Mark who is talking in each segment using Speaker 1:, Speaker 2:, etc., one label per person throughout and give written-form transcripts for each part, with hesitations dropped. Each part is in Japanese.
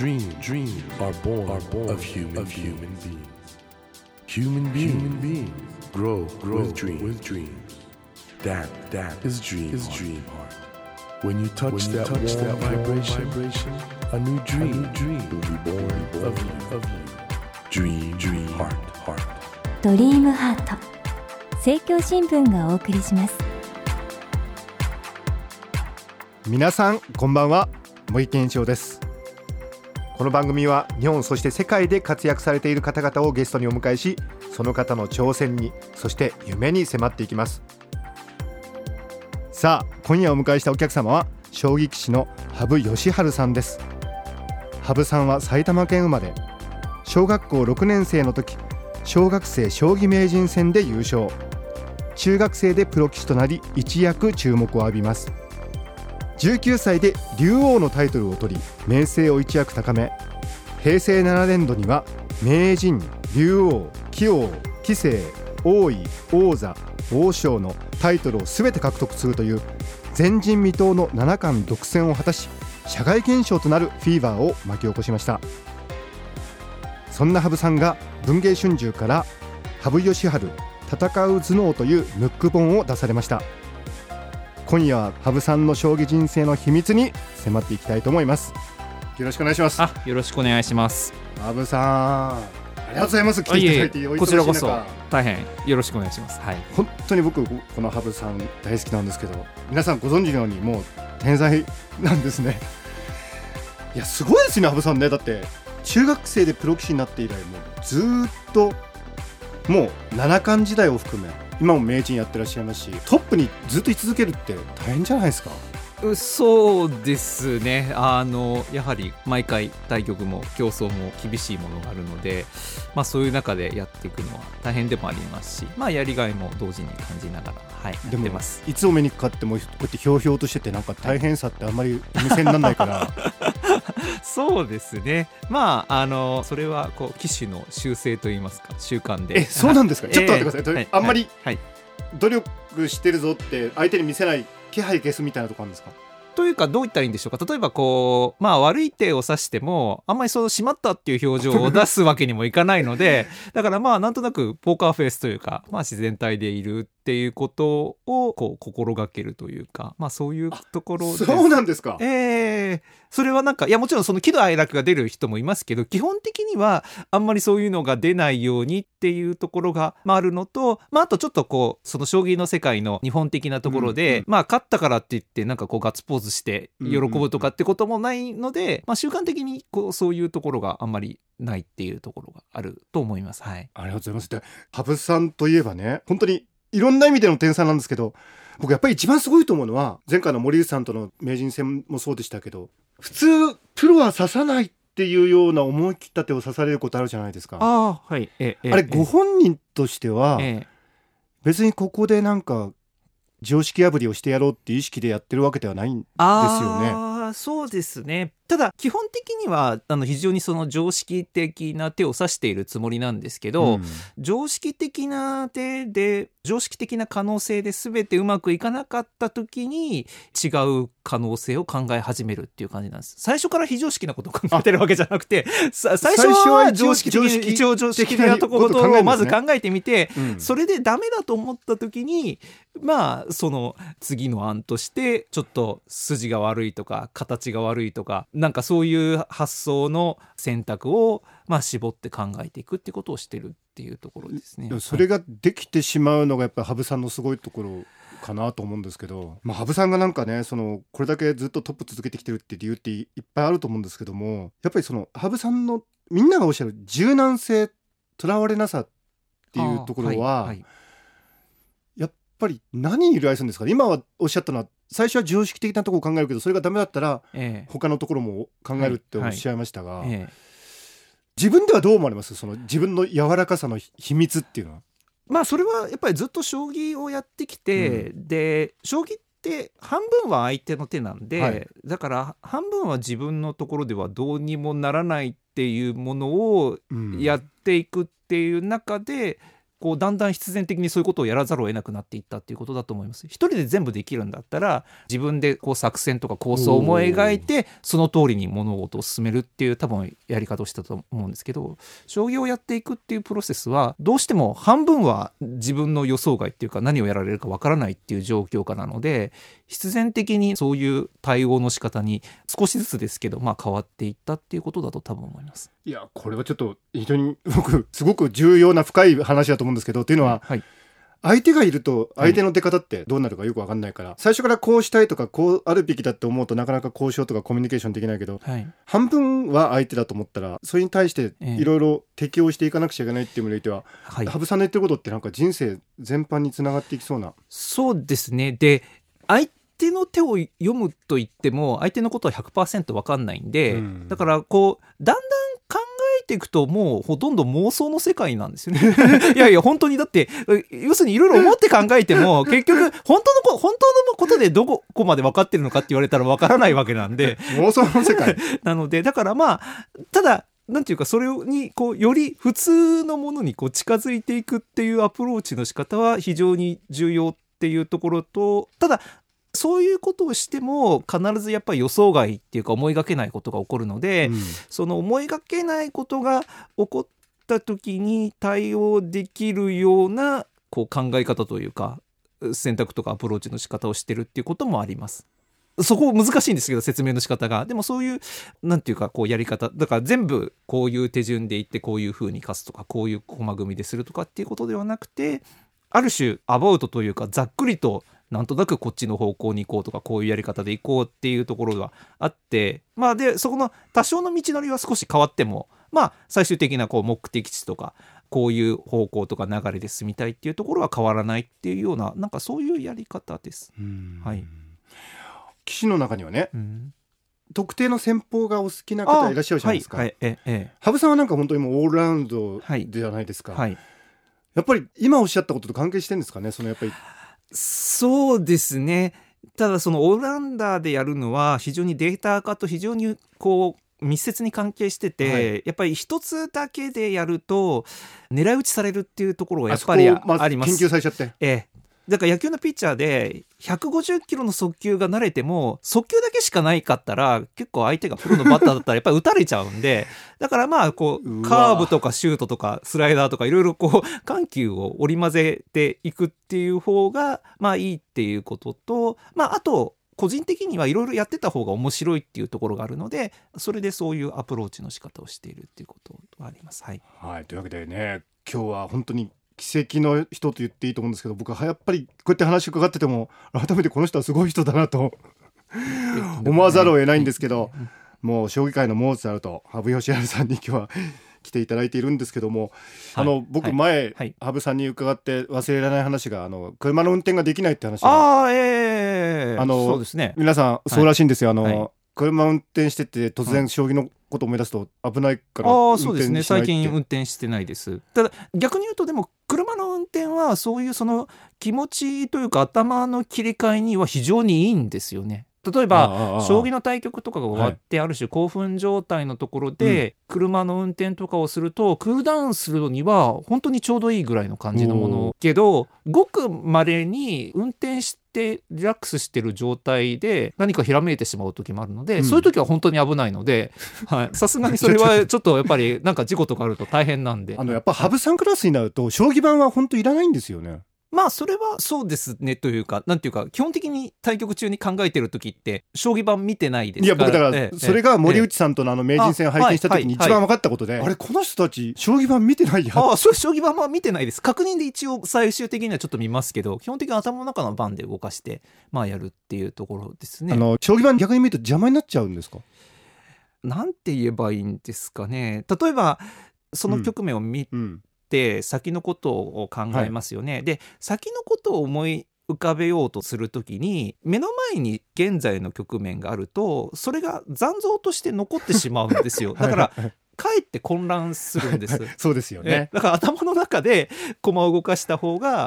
Speaker 1: Dreams are born of human beings. Human beings grow with dreams. That is dream heart. When you touch that warm vibration, a new dream will be born of you. Dream heart.
Speaker 2: ドリームハート、政教新聞がお送りします。
Speaker 3: 皆さんこんばんは、茂木健一郎です。この番組は日本そして世界で活躍されている方々をゲストにお迎えし、その方の挑戦にそして夢に迫っていきます。さあ今夜お迎えしたお客様は将棋棋士の羽生善治さんです。羽生さんは埼玉県生まれ、小学校6年生の時小学生将棋名人戦で優勝、中学生でプロ棋士となり一躍注目を浴びます。19歳で竜王のタイトルを取り名声を一躍高め、平成7年度には名人、竜王、棋王、棋聖、王位、王座、王将のタイトルを全て獲得するという前人未到の七冠独占を果たし、社会現象となるフィーバーを巻き起こしました。そんな羽生さんが文藝春秋から羽生善治戦う頭脳というムック本を出されました。今夜は羽生さんの将棋人生の秘密に迫っていきたいと思います。よろしくお願いします。
Speaker 4: よろしくお願いします。
Speaker 3: 羽生さん、ありがとうございます。来ていただいて、
Speaker 4: こちらこそ大変よろしくお願いします。
Speaker 3: 本当に僕この羽生さん大好きなんですけど、皆さんご存知のようにもう天才なんですね。いやすごいですね、羽生さんね。だって中学生でプロ棋士になって以来もうずっともう七冠時代を含め今も名人やってらっしゃいますし、トップにずっと居続けるって大変じゃないですか。
Speaker 4: そうですね、やはり毎回対局も競争も厳しいものがあるので、そういう中でやっていくのは大変でもありますし、やりがいも同時に感じながら、やってます。
Speaker 3: いつお目にかかってもこうやってひょうひょうとしてて、なんか大変さってあんまりお見せにならないから
Speaker 4: そうですね、それはこう棋士の習性といいますか習慣で。
Speaker 3: そうなんですか。ちょっと待ってください、あんまり
Speaker 4: はい
Speaker 3: 努力してるぞって相手に見せない気配消すみたいなところあるんですか。
Speaker 4: というかどういったらいいんでしょうか。例えばこう、悪い手を指してもあんまりそうしまったっていう表情を出すわけにもいかないのでだからなんとなくポーカーフェイスというか、自然体でいるっていうことをこう心がけるというか、そういうところです。
Speaker 3: そうなんですか。
Speaker 4: それはなんかもちろんその喜怒哀楽が出る人もいますけど、基本的にはあんまりそういうのが出ないようにっていうところがあるのと、あとちょっとこうその将棋の世界の日本的なところで、勝ったからって言ってなんかこうガッツポーズして喜ぶとかってこともないので、習慣的にこうそういうところがあんまりないっていうところがあると思います。
Speaker 3: ありがとうございます。で、羽生さんといえばね、本当にいろんな意味での天才なんですけど、僕やっぱり一番すごいと思うのは前回の森内さんとの名人戦もそうでしたけど、普通プロは指さないっていうような思い切った手を指されることあるじゃないですか。あれご本人としては別にここでなんか常識破りをしてやろうっていう意識でやってるわけではないんですよね。
Speaker 4: そうですね。ただ基本的には非常にその常識的な手を指しているつもりなんですけど、常識的な手で常識的な可能性で全てうまくいかなかった時に違う可能性を考え始めるっていう感じなんです。最初から非常識なことを考えてるわけじゃなくて、最初は常識的に一応常識的なところをまず考えてみて、それでダメだと思った時にその次の案としてちょっと筋が悪いとか形が悪いとか、なんかそういう発想の選択を絞って考えていくってことをしてるっていうところですね。
Speaker 3: それができてしまうのがやっぱり羽生さんのすごいところかなと思うんですけど、羽生さんがなんかね、これだけずっとトップ続けてきてるって理由っていっぱいあると思うんですけども、やっぱり羽生さんのみんながおっしゃる柔軟性、とらわれなさっていうところは、やっぱり何に由来するんですかね。今はおっしゃったのは最初は常識的なところを考えるけど、それがダメだったら他のところも考えるっておっしゃいましたが、自分ではどう思われます？自分の柔らかさの秘密っていうのは。
Speaker 4: それはやっぱりずっと将棋をやってきて、で将棋って半分は相手の手なんで、だから半分は自分のところではどうにもならないっていうものをやっていくっていう中で、 こうだんだん必然的にそういうことをやらざるを得なくなっていったっていうことだと思います。一人で全部できるんだったら自分でこう作戦とか構想を思い描いてその通りに物事を進めるっていう多分やり方をしたと思うんですけど、将棋をやっていくっていうプロセスはどうしても半分は自分の予想外っていうか何をやられるかわからないっていう状況下なので、必然的にそういう対応の仕方に少しずつですけど、変わっていったっていうことだと多分思います。
Speaker 3: いやこれはちょっと非常に僕すごく重要な深い話だと思うんですけど、というのは、
Speaker 4: はい、
Speaker 3: 相手がいると相手の出方ってどうなるかよく分かんないから、最初からこうしたいとかこうあるべきだって思うとなかなか交渉とかコミュニケーションできないけど、
Speaker 4: はい、
Speaker 3: 半分は相手だと思ったらそれに対していろいろ適応していかなくちゃいけないっていう意味で言っては、羽生さんの言ってることってなんか人生全般につながっていきそうな。
Speaker 4: そうですね。で、相手の手を読むと言っても相手のことは 100% 分かんないんで、だからこうだんだん考えていくともうほとんど妄想の世界なんですよねいやいや本当に、だって要するにいろいろ思って考えても結局本当のことでどこまで分かってるのかって言われたら分からないわけなんで
Speaker 3: 妄想の世界
Speaker 4: なので、だからただなんていうか、それにこうより普通のものにこう近づいていくっていうアプローチの仕方は非常に重要っていうところと、ただそういうことをしても必ずやっぱり予想外っていうか思いがけないことが起こるので、その思いがけないことが起こった時に対応できるようなこう考え方というか選択とかアプローチの仕方をしてるっていうこともあります。そこ難しいんですけど説明の仕方が、でもそういうなんていうかこうやり方だから、全部こういう手順でいってこういう風に勝つとかこういう駒組みでするとかっていうことではなくて、ある種アバウトというかざっくりとなんとなくこっちの方向に行こうとかこういうやり方で行こうっていうところがあって、でそこの多少の道のりは少し変わっても最終的なこう目的地とかこういう方向とか流れで進みたいっていうところは変わらないっていうような、なんかそういうやり方です。はい、
Speaker 3: 棋士の中にはね、特定の戦法がお好きな方いらっしゃるじゃないですか。羽生さんはなんか本当にもうオールラウンドじゃないですか。やっぱり今おっしゃったことと関係してるんですかね。そのやっぱり
Speaker 4: そうですね。ただそのオールラウンダーでやるのは非常にデータ化と非常にこう密接に関係してて、やっぱり一つだけでやると狙い撃ちされるっていうところがやっぱりあります。
Speaker 3: 研究されちゃって、
Speaker 4: だから野球のピッチャーで150キロの速球が慣れても速球だけしかないかったら結構相手がプロのバッターだったらやっぱり打たれちゃうんで、だからこうカーブとかシュートとかスライダーとかいろいろこう緩急を織り交ぜていくっていう方がいいっていうことと、あと個人的にはいろいろやってた方が面白いっていうところがあるので、それでそういうアプローチの仕方をしているっていうことはあります。はい、
Speaker 3: というわけでね、今日は本当に奇跡の人と言っていいと思うんですけど、僕はやっぱりこうやって話を伺ってても改めてこの人はすごい人だなと思わざるを得ないんですけど、もう将棋界のモーツァルト羽生善治さんに今日は来ていただいているんですけども、僕前、羽生さんに伺って忘れられない話が車の運転ができないって話が
Speaker 4: そうですね、
Speaker 3: 皆さんそうらしいんですよ。車運転してて突然将棋のことを思い出すと危ないから運転しないって。
Speaker 4: そうですね、最近運転してないです。ただ逆に言うとでも車の運転はそういうその気持ちというか頭の切り替えには非常にいいんですよね。例えば将棋の対局とかが終わってある種興奮状態のところで車の運転とかをするとクールダウンするのには本当にちょうどいいぐらいの感じのものけど、ごく稀に運転してリラックスしてる状態で何かひらめいてしまう時もあるので、そういう時は本当に危ないので、さすがにそれはちょっとやっぱりなんか事故とかあると大変なんで
Speaker 3: やっぱ羽生さんクラスになると将棋盤は本当いらないんですよね。
Speaker 4: それはそうですね、というかなんていうか基本的に対局中に考えてる時って将棋盤見てないですから。
Speaker 3: いや僕だからそれが森内さんとの名人戦を拝見した時に一番分かったことで、あれこの人たち将棋盤見てないや。
Speaker 4: そう、将棋盤は見てないです。確認で一応最終的にはちょっと見ますけど、基本的に頭の中の盤で動かしてやるっていうところですね。
Speaker 3: 将棋盤逆に見ると邪魔になっちゃうんですか。
Speaker 4: なんて言えばいいんですかね。例えばその局面を見て先のことを考えますよね。で先のことを思い浮かべようとするときに目の前に現在の局面があるとそれが残像として残ってしまうんですよ。だからかえって混乱するんです。
Speaker 3: そうですよね。
Speaker 4: だから頭の中で駒を動かした方が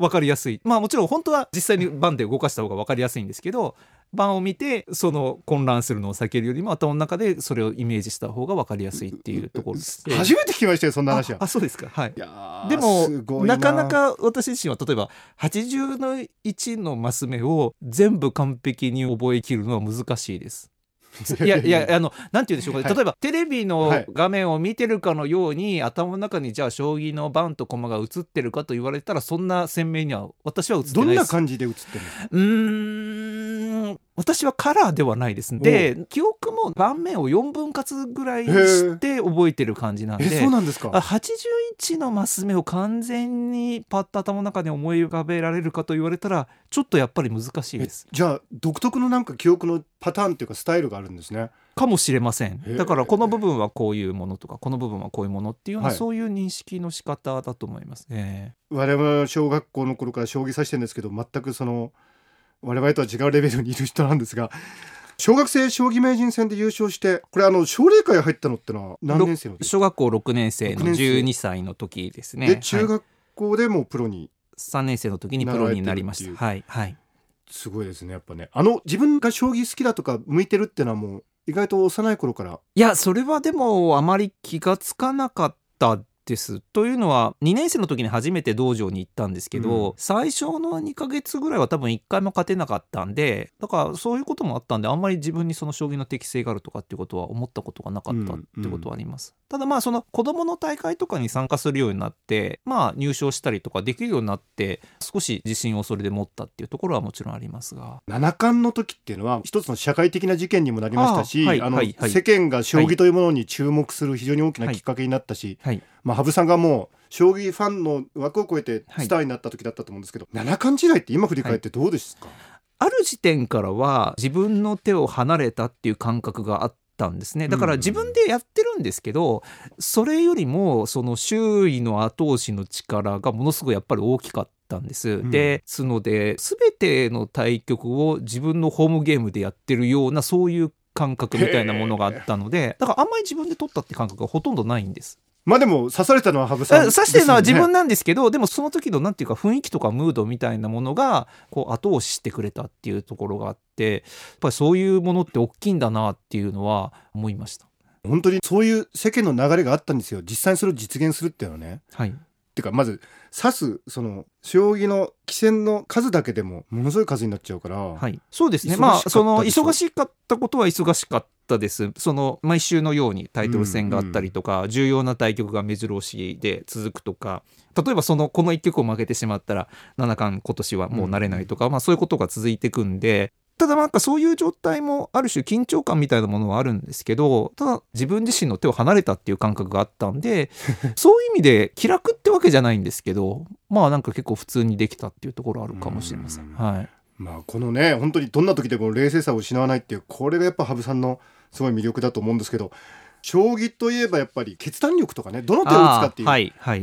Speaker 4: 分かりやすい。もちろん本当は実際に盤で動かした方が分かりやすいんですけど、盤を見てその混乱するのを避けるよりも頭の中でそれをイメージした方が分かりやすいっていうところです。
Speaker 3: 初めて聞きましたよ、そんな話は。
Speaker 4: そうですか。はい。
Speaker 3: いや
Speaker 4: でも
Speaker 3: すごい
Speaker 4: なかなか私自身は例えば80の1のマス目を全部完璧に覚えきるのは難しいです。いやなんて言うんでしょうか、例えばテレビの画面を見てるかのように、頭の中にじゃあ将棋の盤と駒が映ってるかと言われたら、そんな鮮明には私は映ってないです。
Speaker 3: どんな感じで映ってる
Speaker 4: の？私はカラーではないですね。で、記憶も盤面を4分割ぐらいして覚えてる感じなんで。
Speaker 3: そうなんですか。
Speaker 4: 81のマス目を完全にパッと頭の中に思い浮かべられるかと言われたら、ちょっとやっぱり難しいです。
Speaker 3: じゃあ独特のなんか記憶のパターンっていうかスタイルがあるんですね。
Speaker 4: かもしれません。だからこの部分はこういうものとか、この部分はこういうものっていうような、そういう認識の仕方だと思います。
Speaker 3: 我々小学校の頃から将棋指してるんですけど、全くその我々とは違うレベルにいる人なんですが、小学生将棋名人戦で優勝して、これ奨励会入ったのってのは何年生の時？
Speaker 4: 小学校6年生の12歳の時ですね。
Speaker 3: で中学校でもうプロに、
Speaker 4: 3年生の時にプロになりました。はいはい。
Speaker 3: すごいですね、やっぱね。自分が将棋好きだとか向いてるってのはもう意外と幼い頃から。
Speaker 4: いや、それはでもあまり気がつかなかったです。というのは2年生の時に初めて道場に行ったんですけど、最初の2ヶ月ぐらいは多分1回も勝てなかったんで、だからそういうこともあったんで、あんまり自分にその将棋の適性があるとかっていうことは思ったことがなかったってことはあります。ただその子どもの大会とかに参加するようになって、入賞したりとかできるようになって、少し自信をそれで持ったっていうところはもちろんありますが、
Speaker 3: 七冠の時っていうのは一つの社会的な事件にもなりましたし、世間が将棋というものに注目する非常に大きなきっかけになったし、羽生さんがもう将棋ファンの枠を超えてスターになった時だったと思うんですけど、七冠時代って今振り返ってどうですか？
Speaker 4: ある時点からは自分の手を離れたっていう感覚があったんですね。だから自分でやってるんですけど、それよりもその周囲の後押しの力がものすごいやっぱり大きかったんです。ですので全ての対局を自分のホームゲームでやってるような、そういう感覚みたいなものがあったので、だからあんまり自分で取ったって感覚がほとんどないんです。
Speaker 3: でも指されたのは羽生さんですよね。
Speaker 4: 指してるのは自分なんですけど、でもその時のなんていうか雰囲気とかムードみたいなものがこう後押ししてくれたっていうところがあって、やっぱりそういうものって大きいんだなっていうのは思いました。
Speaker 3: 本当にそういう世間の流れがあったんですよ。実際にそれを実現するっていうのはね。っていうか、まず指すその将棋の棋戦の数だけでもものすごい数になっちゃうから。
Speaker 4: そうですね。その忙しかったことは忙しかったです。その毎週のようにタイトル戦があったりとか、重要な対局が目白押しで続くとか、例えばこの一局を負けてしまったら七冠今年はもうなれないとか、そういうことが続いていくんで、ただそういう状態もある種緊張感みたいなものはあるんですけど、ただ自分自身の手を離れたっていう感覚があったんでそういう意味で気楽ってわけじゃないんですけど、なんか結構普通にできたっていうところあるかもしれません。
Speaker 3: このね、本当にどんな時でも冷静さを失わないっていう、これがやっぱ羽生さんのすごい魅力だと思うんですけど、将棋といえばやっぱり決断力とかね、どの手を打つかっていう、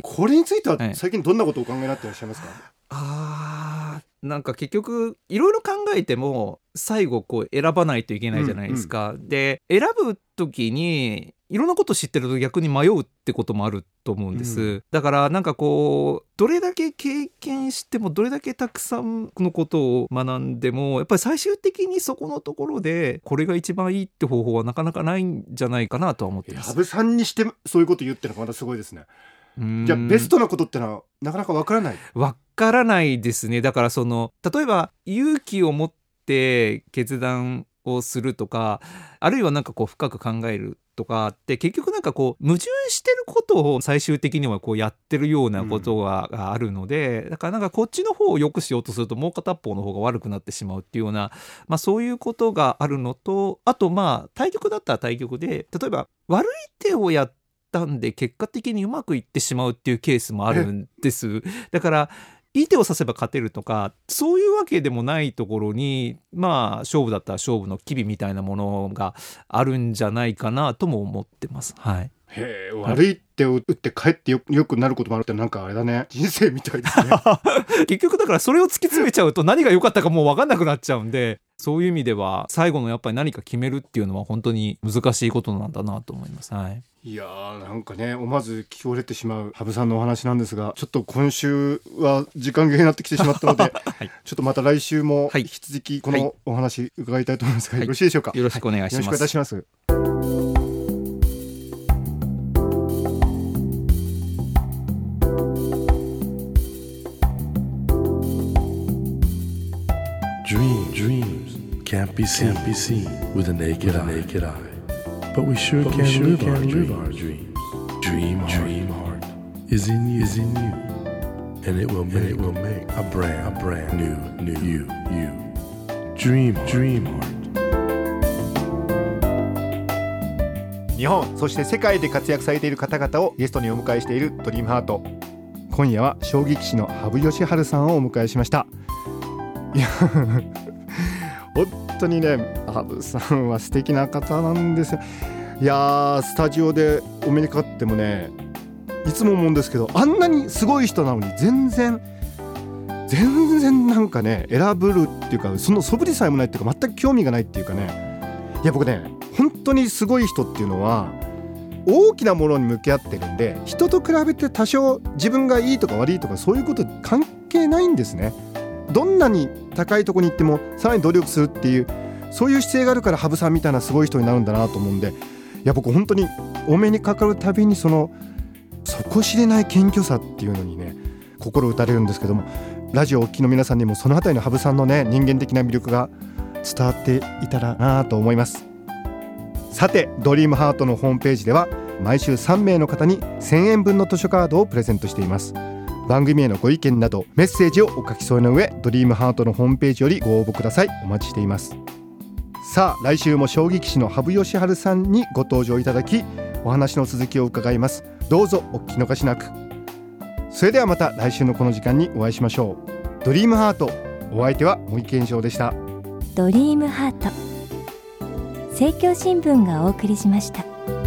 Speaker 3: これについては最近どんなことをお考えになっていらっしゃいますか？
Speaker 4: なんか結局いろいろ考えても最後こう選ばないといけないじゃないですか。で選ぶ時にいろんなこと知ってると逆に迷うってこともあると思うんです。だからなんかこうどれだけ経験してもどれだけたくさんのことを学んでも、やっぱり最終的にそこのところでこれが一番いいって方法はなかなかないんじゃないかなとは思ってます。
Speaker 3: 羽生さんにしてそういうこと言ってるのがまたすごいですね。じゃあベストなことってのはなかなかわからない
Speaker 4: ですね。だから例えば勇気を持って決断をするとか、あるいはなんかこう深く考えるとかって結局なんかこう矛盾してることを最終的にはこうやってるようなことがあるので、だからなんかこっちの方を良くしようとするともう片方の方が悪くなってしまうっていうような、そういうことがあるのと、あと対局だったら対局で例えば悪い手をやったんで結果的にうまくいってしまうっていうケースもあるんです。だからいい手を指せば勝てるとかそういうわけでもないところに、勝負だったら勝負の機微みたいなものがあるんじゃないかなとも思ってます。
Speaker 3: 悪い手を打って帰ってよくなることもあるって、なんかあれだね、人生みたいですね。
Speaker 4: 結局だからそれを突き詰めちゃうと何が良かったかもう分かんなくなっちゃうんで、 そういう意味では最後のやっぱり何か決めるっていうのは本当に難しいことなんだなと思います。はい、
Speaker 3: いやーなんかね思わず聞き惚れてしまう羽生さんのお話なんですが、ちょっと今週は時間切れになってきてしまったので、はい、ちょっとまた来週も引き続きこのお話伺いたいと思いますが、よろしいでしょうか。
Speaker 4: よろしくお願いします。
Speaker 3: よろしくお願いします。
Speaker 1: Dreams can't be seen with the naked eye. But we sure can live our dreams. Dream heart is in you, and it will make a brand new you. Dream heart.
Speaker 3: 日本そして世界で活躍されている方々をゲストにお迎えしているドリームハート。今夜は将棋棋士の羽生善治さんをお迎えしました。いや本当にね羽生さんは素敵な方なんですよ。いやスタジオでお目にかかってもねいつも思うんですけど、あんなにすごい人なのに全然なんかね選ぶるっていうか、その素振りさえもないっていうか全く興味がないっていうかね。いや僕ね本当にすごい人っていうのは大きなものに向き合ってるんで、人と比べて多少自分がいいとか悪いとかそういうこと関係ないんですね。どんなに高いところに行ってもさらに努力するっていうそういう姿勢があるから羽生さんみたいなすごい人になるんだなと思うんで、いや僕本当にお目にかかるたびに底知れない謙虚さっていうのにね心打たれるんですけども、ラジオをお聞きの皆さんにもそのあたりの羽生さんのね人間的な魅力が伝わっていたらなと思います。さてドリームハートのホームページでは毎週3名の方に1000円分の図書カードをプレゼントしています。番組へのご意見などメッセージをお書き添えの上、ドリームハートのホームページよりご応募ください。お待ちしています。さあ来週も将棋棋士の羽生善治さんにご登場いただき、お話の続きを伺います。どうぞお聞き逃しなく。それではまた来週のこの時間にお会いしましょう。ドリームハート、お相手は森健翔でした。
Speaker 2: ドリームハート、政教新聞がお送りしました。